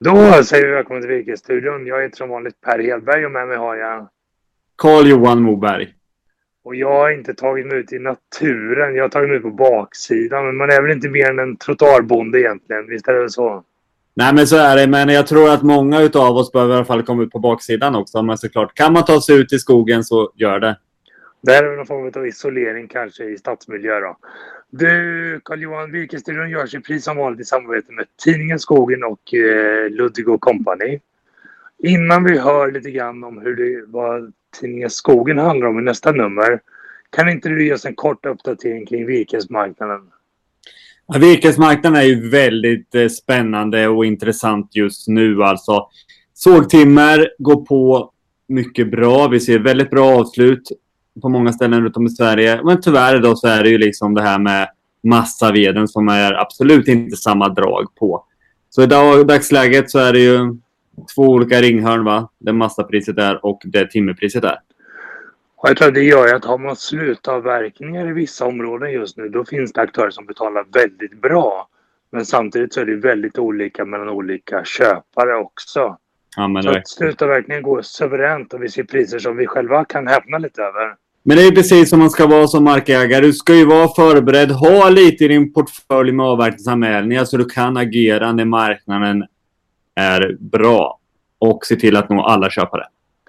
Då säger vi välkommen till Virkesstudion. Jag heter som vanligt Per Hedberg och med mig har jag... Carl-Johan Moberg. Och jag har inte tagit mig ut i naturen. Jag har tagit mig ut på baksidan. Men man är väl inte mer än en trottoarbonde egentligen. Visst är det så? Nej, men så är det. Men jag tror att många utav oss behöver i alla fall komma ut på baksidan också. Men såklart, kan man ta sig ut i skogen så gör det. Det här är väl någon form av isolering kanske i stadsmiljö då. Du, Carl-Johan, Virkesstudion gör sig precis som vanligt i samarbete med tidningen Skogen och Ludvig & Company. Innan vi hör lite grann om vad tidningen Skogen handlar om i nästa nummer, kan inte du ge oss en kort uppdatering kring virkesmarknaden? Ja, virkesmarknaden är ju väldigt spännande och intressant just nu. Alltså, sågtimmer går på mycket bra. Vi ser väldigt bra avslut på många ställen runt om i Sverige. Men tyvärr då så är det ju liksom det här med massaveden som är absolut inte samma drag på. Så i dagsläget så är det ju två olika ringhörn, va? Det massapriset är och det timmerpriset är. Och jag tror att det gör ju att har man slutavverkningar i vissa områden just nu, då finns det aktörer som betalar väldigt bra. Men samtidigt så är det väldigt olika mellan olika köpare också. Ja, men så att slutavverkningen går suveränt och vi ser priser som vi själva kan häpna lite över. Men det är precis som man ska vara som markägare. Du ska ju vara förberedd. Ha lite i din portfölj med avverkningsanmälningar så du kan agera när marknaden är bra. Och se till att nå alla köpare.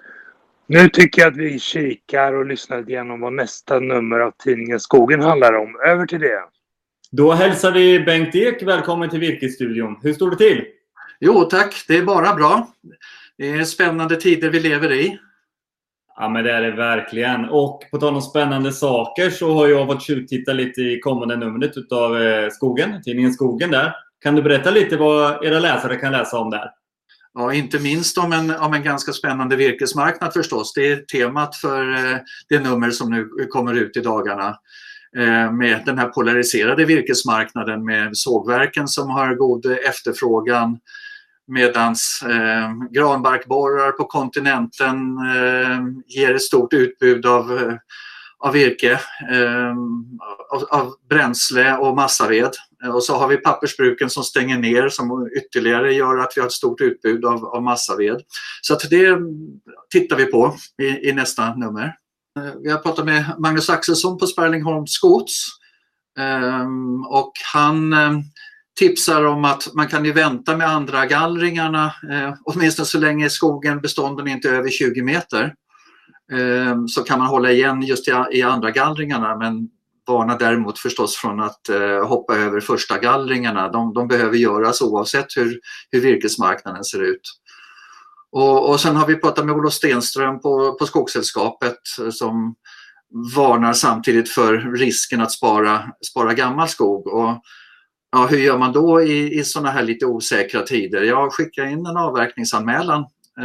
Nu tycker jag att vi kikar och lyssnar igenom vad nästa nummer av tidningen Skogen handlar om. Över till det. Då hälsar vi Bengt Ek välkommen till Virkesstudion. Hur står det till? Jo tack, det är bara bra. Det är spännande tider vi lever i. Ja, men det är det verkligen. Och på tal om spännande saker så har jag fått tjuvtitta lite i kommande numret av Skogen, tidningen Skogen där. Kan du berätta lite vad era läsare kan läsa om där? Ja, inte minst om en ganska spännande virkesmarknad förstås. Det är temat för det nummer som nu kommer ut i dagarna. Med den här polariserade virkesmarknaden med sågverken som har god efterfrågan. Medans granbarkborrar på kontinenten ger ett stort utbud av virke, av bränsle och massaved. Och så har vi pappersbruken som stänger ner som ytterligare gör att vi har ett stort utbud av massaved. Så att det tittar vi på i nästa nummer. Vi har pratat med Magnus Axelsson på Sperlingholms Gods och han tipsar om att man kan ju vänta med andra gallringarna åtminstone så länge skogen bestånden inte är över 20 meter. Så kan man hålla igen just i andra gallringarna, men varna däremot förstås från att hoppa över första gallringarna. De behöver göras oavsett hur virkesmarknaden ser ut. Och sen har vi pratat med Olof Stenström på Skogssällskapet som varnar samtidigt för risken att spara gammal skog. Och ja, hur gör man då i sådana här lite osäkra tider? Jag skickar in en avverkningsanmälan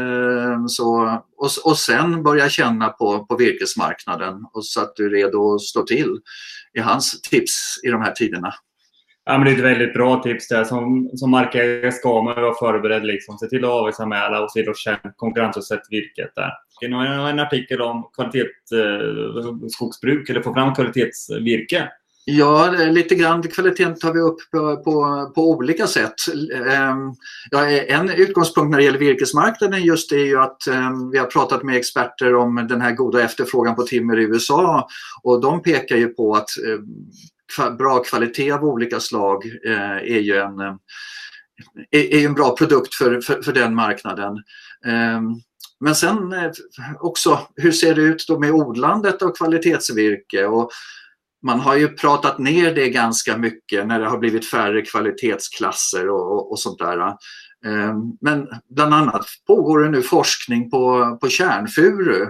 och sen börja känna på virkesmarknaden och så att du är redo att slå till i hans tips i de här tiderna. Ja, men det är ett väldigt bra tips där. Som markägare ska man vara förberedd liksom. Se till att avverkningsanmäla och se till att känna konkurrensutsätt virket där. Nu har jag en artikel om kvalitetsskogsbruk eller få fram kvalitetsvirke. Ja, lite grann kvaliteten tar vi upp på olika sätt. En utgångspunkt när det gäller virkesmarknaden just är ju att vi har pratat med experter om den här goda efterfrågan på timmer i USA och de pekar ju på att bra kvalitet av olika slag är ju en bra produkt för den marknaden. Men sen också, hur ser det ut då med odlandet av kvalitetsvirke? Och man har ju pratat ner det ganska mycket när det har blivit färre kvalitetsklasser och sånt där. Men bland annat pågår det nu forskning på kärnfuru.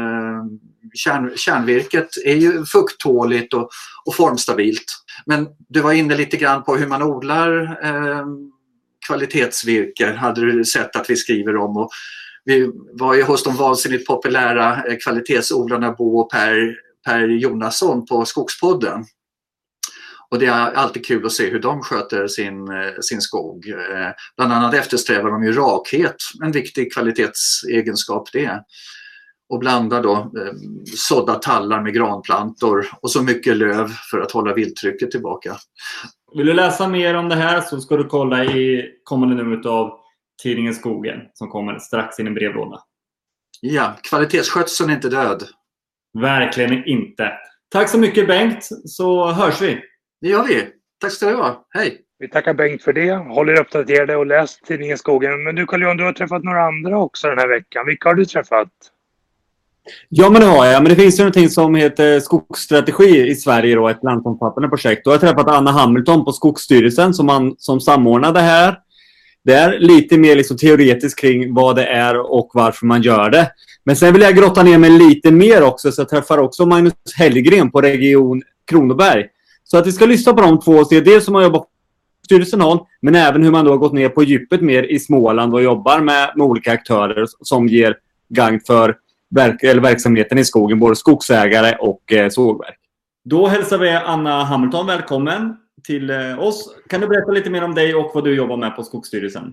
Kärnvirket är ju fukttåligt och formstabilt. Men du var inne lite grann på hur man odlar kvalitetsvirke, hade du sett att vi skriver om. Och vi var ju hos de vansinnigt populära kvalitetsodlarna Bo och Per Jonasson på Skogspodden. Och det är alltid kul att se hur de sköter sin skog. Bland annat eftersträvar de ju rakhet, en viktig kvalitetsegenskap det. Och blandar då sådda tallar med granplantor och så mycket löv för att hålla vilttrycket tillbaka. Vill du läsa mer om det här så ska du kolla i kommande numret av tidningen Skogen som kommer strax in i brevlådan. Ja, kvalitetsskötseln är inte död. Verkligen inte. Tack så mycket Bengt, så hörs vi. Det gör vi. Tack ska du ha. Hej! Vi tackar Bengt för det. Håll er uppdaterade och läs tidningen Skogen. Men du Carl-Johan, du har träffat några andra också den här veckan. Vilka har du träffat? Ja, men det har jag. Men det finns ju någonting som heter skogsstrategi i Sverige då, ett landsomfattande projekt. Då har jag träffat Anna Hamilton på Skogsstyrelsen som samordnar det här. Det är lite mer liksom teoretiskt kring vad det är och varför man gör det. Men sen vill jag grotta ner mig lite mer också, så jag träffar också Magnus Hellgren på Region Kronoberg. Så att vi ska lyssna på de två och se det som man jobbar på styrelsen håll, men även hur man då har gått ner på djupet mer i Småland och jobbar med olika aktörer som ger gagn för verksamheten i skogen, både skogsägare och sågverk. Då hälsar vi Anna Hamilton välkommen till oss. Kan du berätta lite mer om dig och vad du jobbar med på Skogsstyrelsen?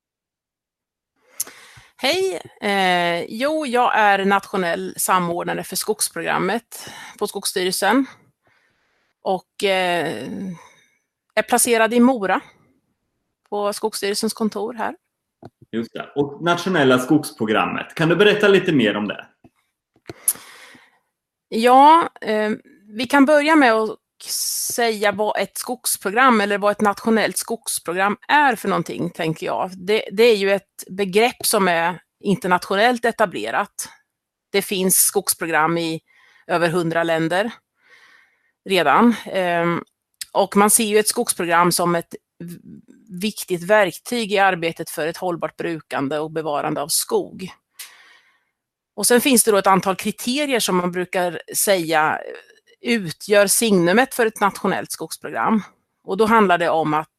Hej! Jag är nationell samordnare för skogsprogrammet på Skogsstyrelsen och är placerad i Mora på Skogsstyrelsens kontor här. Just det. Och nationella skogsprogrammet. Kan du berätta lite mer om det? Ja, vi kan börja med att säga vad ett skogsprogram eller vad ett nationellt skogsprogram är för någonting, tänker jag. Det är ju ett begrepp som är internationellt etablerat. Det finns skogsprogram i över 100 länder redan. Och man ser ju ett skogsprogram som ett viktigt verktyg i arbetet för ett hållbart brukande och bevarande av skog. Och sen finns det då ett antal kriterier som man brukar säga utgör signumet för ett nationellt skogsprogram. Och då handlar det om att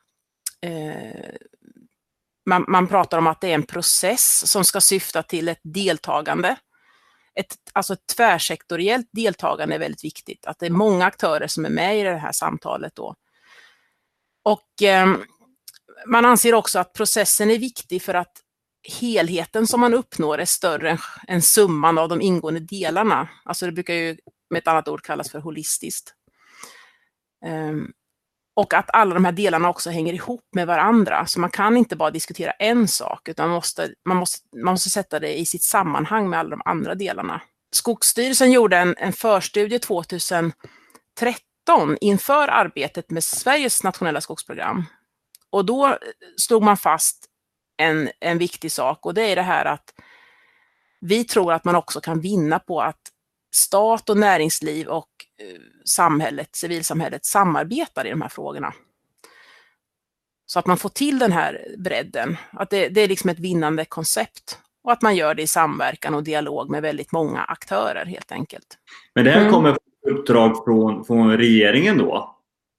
man pratar om att det är en process som ska syfta till ett deltagande. Alltså ett tvärsektoriellt deltagande är väldigt viktigt. Att det är många aktörer som är med i det här samtalet då. Och man anser också att processen är viktig för att helheten som man uppnår är större än summan av de ingående delarna. Alltså det brukar ju med ett annat ord kallas för holistiskt. Och att alla de här delarna också hänger ihop med varandra. Så man kan inte bara diskutera en sak, utan man måste sätta det i sitt sammanhang med alla de andra delarna. Skogsstyrelsen gjorde en förstudie 2013 inför arbetet med Sveriges nationella skogsprogram. Och då slog man fast en viktig sak, och det är det här att vi tror att man också kan vinna på att stat och näringsliv och civilsamhället samarbetar i de här frågorna. Så att man får till den här bredden, att det är liksom ett vinnande koncept och att man gör det i samverkan och dialog med väldigt många aktörer helt enkelt. Men det här kommer uppdrag från regeringen då?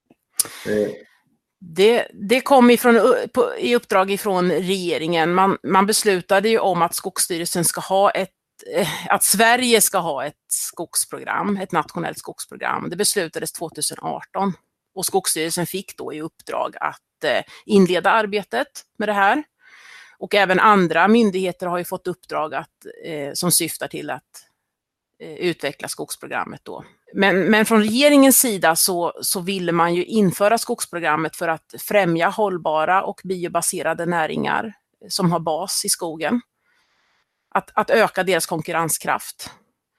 Det kom i uppdrag ifrån regeringen. Man beslutade ju om att Skogsstyrelsen ska ha att Sverige ska ha ett skogsprogram, ett nationellt skogsprogram. Det beslutades 2018 och Skogsstyrelsen fick då i uppdrag att inleda arbetet med det här. Och även andra myndigheter har ju fått uppdrag som syftar till att utveckla skogsprogrammet då. Men från regeringens sida så ville man ju införa skogsprogrammet för att främja hållbara och biobaserade näringar som har bas i skogen. Att öka deras konkurrenskraft.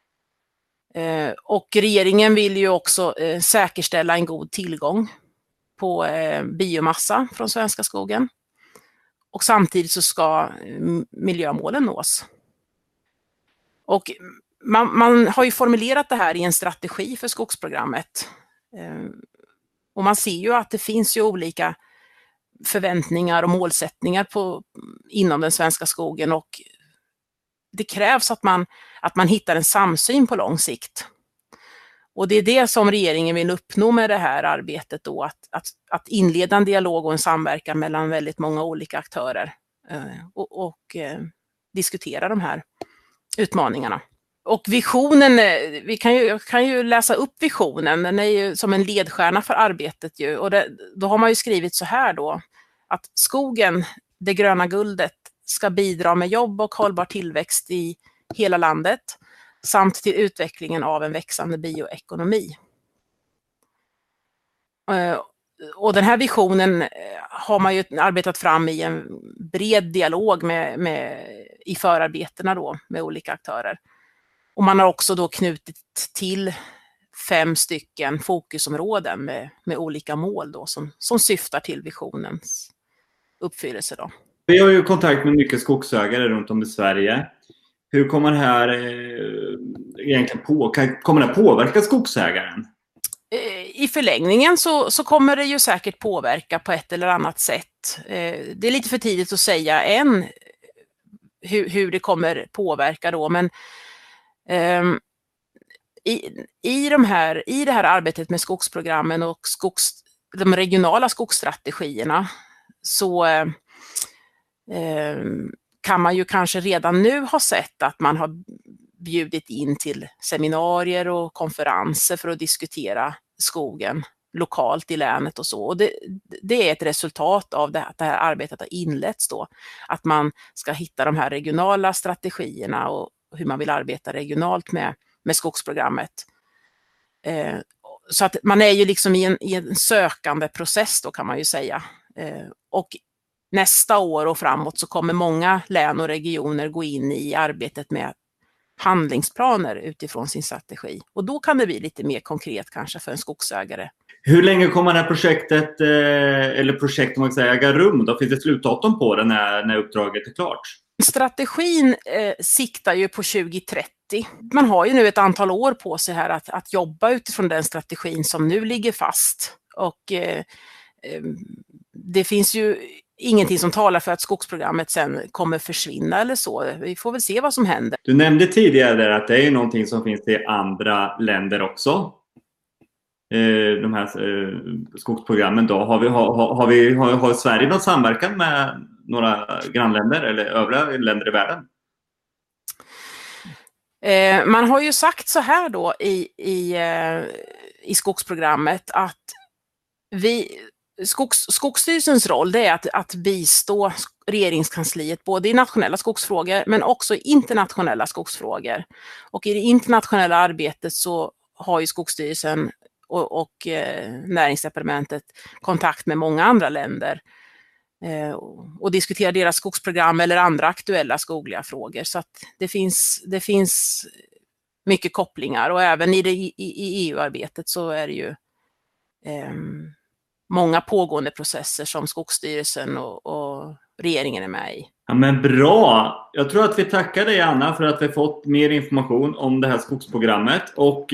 Och regeringen vill ju också säkerställa en god tillgång på biomassa från svenska skogen. Och samtidigt så ska miljömålen nås. Och man har ju formulerat det här i en strategi för skogsprogrammet. Och man ser ju att det finns ju olika förväntningar och målsättningar inom den svenska skogen, och det krävs att man hittar en samsyn på lång sikt. Och det är det som regeringen vill uppnå med det här arbetet då, att inleda en dialog och en samverkan mellan väldigt många olika aktörer och diskutera de här utmaningarna. Och visionen, jag kan ju läsa upp visionen, den är ju som en ledstjärna för arbetet ju, och då har man ju skrivit så här då, att skogen, det gröna guldet, ska bidra med jobb och hållbar tillväxt i hela landet samt till utvecklingen av en växande bioekonomi. Och den här visionen har man ju arbetat fram i en bred dialog i förarbetena då med olika aktörer. Och man har också då knutit till 5 stycken fokusområden med olika mål då som syftar till visionens uppfyllelse då. Vi har ju kontakt med mycket skogsägare runt om i Sverige. Hur kommer det här egentligen kommer det påverka skogsägaren? I förlängningen så kommer det ju säkert påverka på ett eller annat sätt. Det är lite för tidigt att säga än hur det kommer påverka då, men i det här arbetet med skogsprogrammen och de regionala skogsstrategierna så kan man ju kanske redan nu ha sett att man har bjudit in till seminarier och konferenser för att diskutera skogen lokalt i länet och så. Och det är ett resultat av att det här arbetet har inletts då. Att man ska hitta de här regionala strategierna och hur man vill arbeta regionalt med skogsprogrammet. Så att man är ju liksom i en sökande process då, kan man ju säga. Och nästa år och framåt så kommer många län och regioner gå in i arbetet med handlingsplaner utifrån sin strategi. Och då kan det bli lite mer konkret kanske för en skogsägare. Hur länge kommer det här projektet, eller projekt om man säger, äga rum? Då finns det slutdatum på det när uppdraget är klart? Strategin siktar ju på 2030. Man har ju nu ett antal år på sig här att jobba utifrån den strategin som nu ligger fast. Och det finns ju ingenting som talar för att skogsprogrammet sen kommer försvinna eller så. Vi får väl se vad som händer. Du nämnde tidigare att det är någonting som finns i andra länder också. De här skogsprogrammen då. Har Sverige någon samverkan med några grannländer eller övriga länder i världen? Man har ju sagt så här då i skogsprogrammet att Skogsstyrelsens roll det är att bistå regeringskansliet både i nationella skogsfrågor men också i internationella skogsfrågor. Och i det internationella arbetet så har ju Skogsstyrelsen och Näringsdepartementet kontakt med många andra länder och diskuterar deras skogsprogram eller andra aktuella skogliga frågor. Så att det finns mycket kopplingar, och även i EU-arbetet så är det ju många pågående processer som Skogsstyrelsen och regeringen är med i. Ja, men bra! Jag tror att vi tackar dig, Anna, för att vi fått mer information om det här skogsprogrammet. Och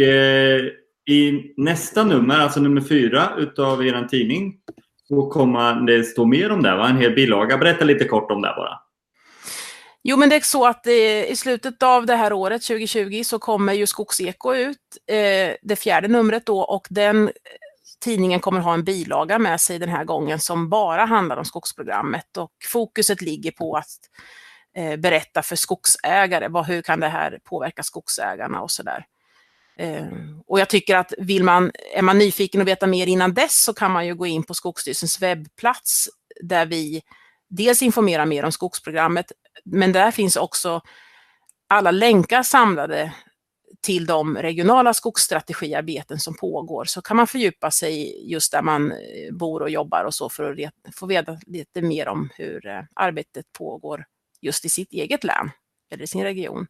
i nästa nummer, alltså nummer 4 utav er tidning, så kommer det stå mer om det, va? En hel bilaga. Berätta lite kort om det bara. Jo, men det är så att i slutet av det här året, 2020, så kommer ju Skogseko ut, det 4:e numret då, och den tidningen kommer ha en bilaga med sig den här gången som bara handlar om skogsprogrammet, och fokuset ligger på att berätta för skogsägare hur kan det här påverka skogsägarna och sådär. Och jag tycker att är man nyfiken och veta mer innan dess, så kan man ju gå in på Skogsstyrelsens webbplats där vi dels informerar mer om skogsprogrammet, men där finns också alla länkar samlade till de regionala skogsstrategiarbeten som pågår. Så kan man fördjupa sig just där man bor och jobbar och så, för att få veta lite mer om hur arbetet pågår just i sitt eget län eller i sin region.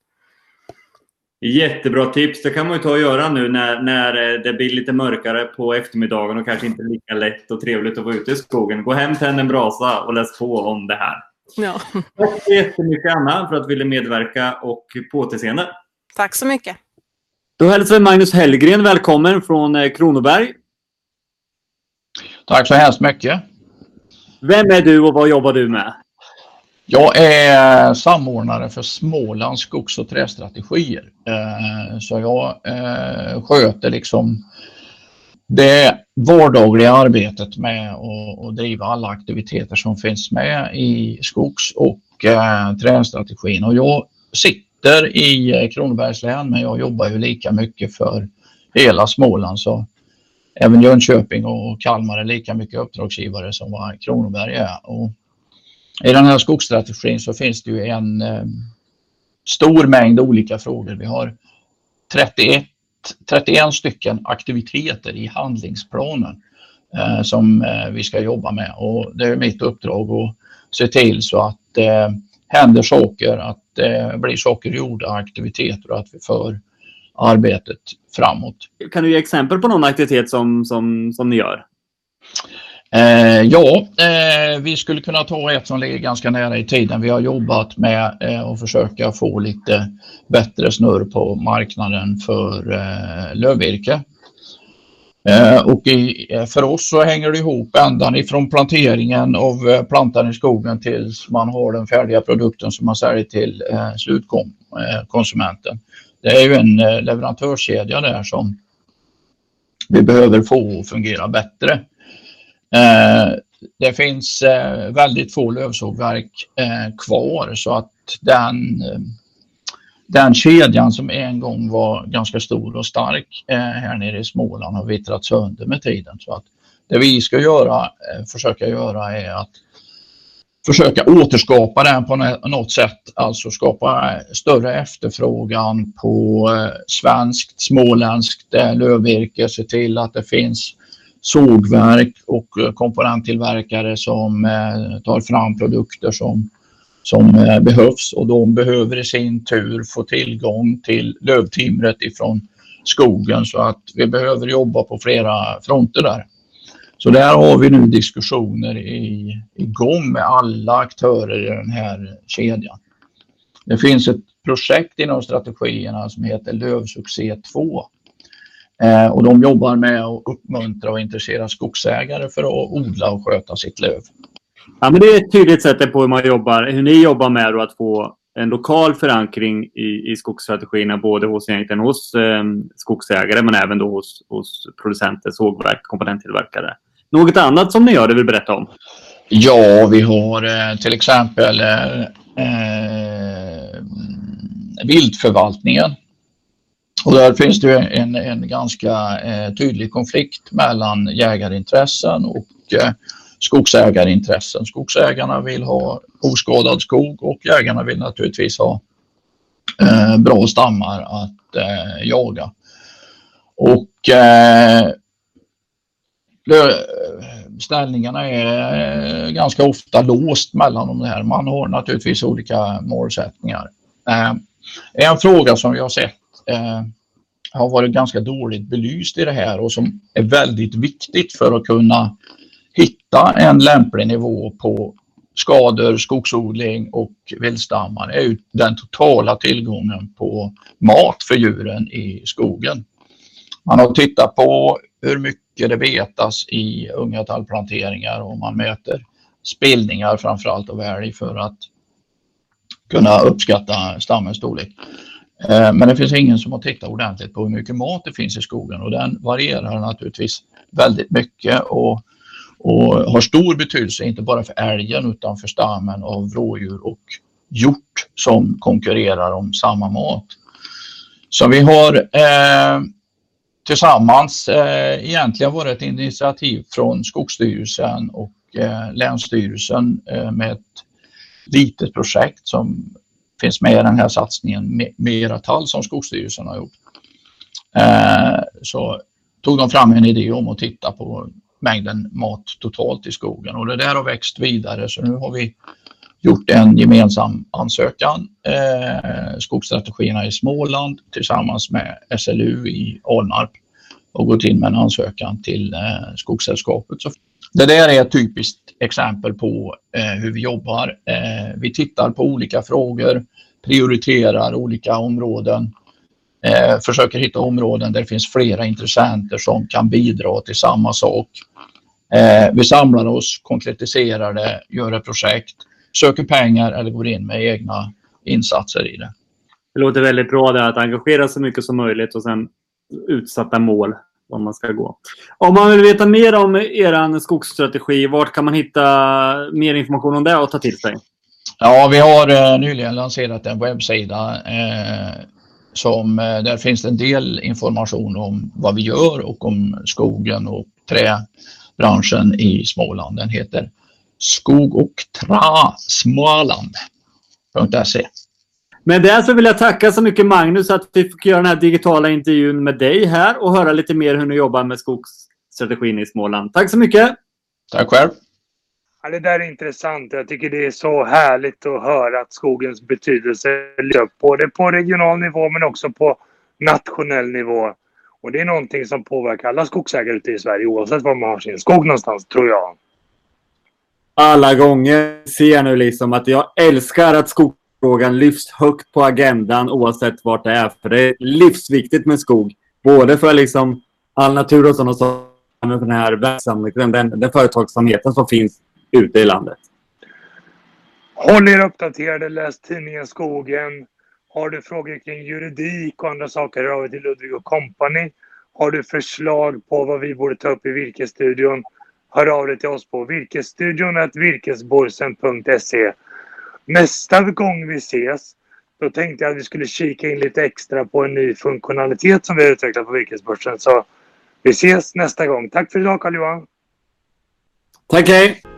Jättebra tips. Det kan man ju ta och göra nu när det blir lite mörkare på eftermiddagen och kanske inte lika lätt och trevligt att vara ute i skogen. Gå hem, tänd en brasa och läs på om det här. Ja. Tack så jättemycket, Anna, för att du ville medverka, och på återseende. Tack så mycket. Då hälsar vi Magnus Hellgren välkommen från Kronoberg. Tack så hemskt mycket. Vem är du och vad jobbar du med? Jag är samordnare för Smålands skogs- och trästrategier. Så jag sköter liksom det vardagliga arbetet med att driva alla aktiviteter som finns med i skogs- och trästrategin. Och jag sitter i Kronobergs län, men jag jobbar ju lika mycket för hela Småland. Så även Jönköping och Kalmar är lika mycket uppdragsgivare som vad Kronoberg är. Och i den här skogsstrategin så finns det ju en stor mängd olika frågor. Vi har 31 stycken aktiviteter i handlingsplanen som vi ska jobba med. Och det är mitt uppdrag att se till så att det händer saker, att det blir saker gjorda, aktiviteter och att vi för arbetet framåt. Kan du ge exempel på någon aktivitet som ni gör? Vi skulle kunna ta ett som ligger ganska nära i tiden. Vi har jobbat med att försöka få lite bättre snurr på marknaden för lövvirke. Och för oss så hänger det ihop ända ifrån planteringen av plantan i skogen tills man har den färdiga produkten som man säljer till slutkonsumenten. Det är ju en leverantörskedja där som vi behöver få fungera bättre. Det finns väldigt få lövsågverk kvar, så att den kedjan som en gång var ganska stor och stark här nere i Småland har vittrat sönder med tiden. Så att det vi ska försöka göra är att försöka återskapa den på något sätt, alltså skapa större efterfrågan på svenskt, småländskt lövvirke, se till att det finns sågverk och komponenttillverkare som tar fram produkter som behövs, och de behöver i sin tur få tillgång till lövtimret ifrån skogen, så att vi behöver jobba på flera fronter där. Så där har vi nu diskussioner igång med alla aktörer i den här kedjan. Det finns ett projekt inom strategierna som heter Lövsuccé 2. Och de jobbar med att uppmuntra och intressera skogsägare för att odla och sköta sitt löv. Ja, men det är ett tydligt sätt på hur ni jobbar med att få en lokal förankring i skogsstrategierna, både hos skogsägare men även då hos producenter, sågverk, komponenttillverkare. Något annat som ni gör, det vill berätta om? Ja, vi har till exempel viltförvaltningen. Och där finns det en ganska tydlig konflikt mellan jägarintressen och skogsägarintressen. Skogsägarna vill ha oskadad skog och jägarna vill naturligtvis ha bra stammar att jaga. Och ställningarna är ganska ofta låst mellan de här. Man har naturligtvis olika målsättningar. En fråga som jag har sett har varit ganska dåligt belyst i det här och som är väldigt viktigt för att kunna hitta en lämplig nivå på skador, skogsodling och viltstammar är ju den totala tillgången på mat för djuren i skogen. Man har tittat på hur mycket det betas i unga tallplanteringar och man mäter spillningar framförallt av älg för att kunna uppskatta stammens storlek. Men det finns ingen som har tittat ordentligt på hur mycket mat det finns i skogen, och den varierar naturligtvis väldigt mycket och har stor betydelse inte bara för älgen utan för stammen av rådjur och hjort som konkurrerar om samma mat. Så vi har tillsammans egentligen varit ett initiativ från Skogsstyrelsen och Länsstyrelsen med ett litet projekt som finns med i den här satsningen Mera tall som Skogsstyrelsen har gjort. Så tog de fram en idé om att titta på mängden mat totalt i skogen, och det där har växt vidare, så nu har vi gjort en gemensam ansökan, skogsstrategierna i Småland tillsammans med SLU i Alnarp, och gått in med en ansökan till Skogssällskapet. Så det där är ett typiskt exempel på hur vi jobbar. Vi tittar på olika frågor, prioriterar olika områden, försöker hitta områden där det finns flera intressenter som kan bidra till samma sak. Vi samlar oss, konkretiserar det, gör ett projekt, söker pengar eller går in med egna insatser i det. Det låter väldigt bra där att engagera så mycket som möjligt och sen utsatta mål var man ska gå. Om man vill veta mer om er skogsstrategi, vart kan man hitta mer information om det och ta till sig? Ja, vi har nyligen lanserat en webbsida där finns en del information om vad vi gör och om skogen och träbranschen i Småland. Den heter skogoctrasmåland.se. Men därför vill jag tacka så mycket Magnus att vi fick göra den här digitala intervjun med dig här och höra lite mer hur ni jobbar med strategin i Småland. Tack så mycket! Tack själv! Ja, det där är intressant. Jag tycker det är så härligt att höra att skogens betydelse lyfts upp både på regional nivå men också på nationell nivå. Och det är någonting som påverkar alla skogsägare ute i Sverige oavsett var man har sin skog någonstans, tror jag. Alla gånger ser jag nu liksom att jag älskar att skogsfrågan lyfts högt på agendan oavsett vart det är. För det är livsviktigt med skog. Både för liksom all natur och sådana saker, men för den här verksamheten, den företagsamheten som finns ute i landet. Håll er uppdaterade, läs tidningen Skogen. Har du frågor kring juridik och andra saker, hör av dig till Ludvig & Company. Har du förslag på vad vi borde ta upp i Virkesstudion, hör av dig till oss på virkesstudion@virkesborsen.se. Nästa gång vi ses, då tänkte jag att vi skulle kika in lite extra på en ny funktionalitet som vi har utvecklat på Virkesbörsen. Så vi ses nästa gång. Tack för idag, Carl-Johan. Tack, hej!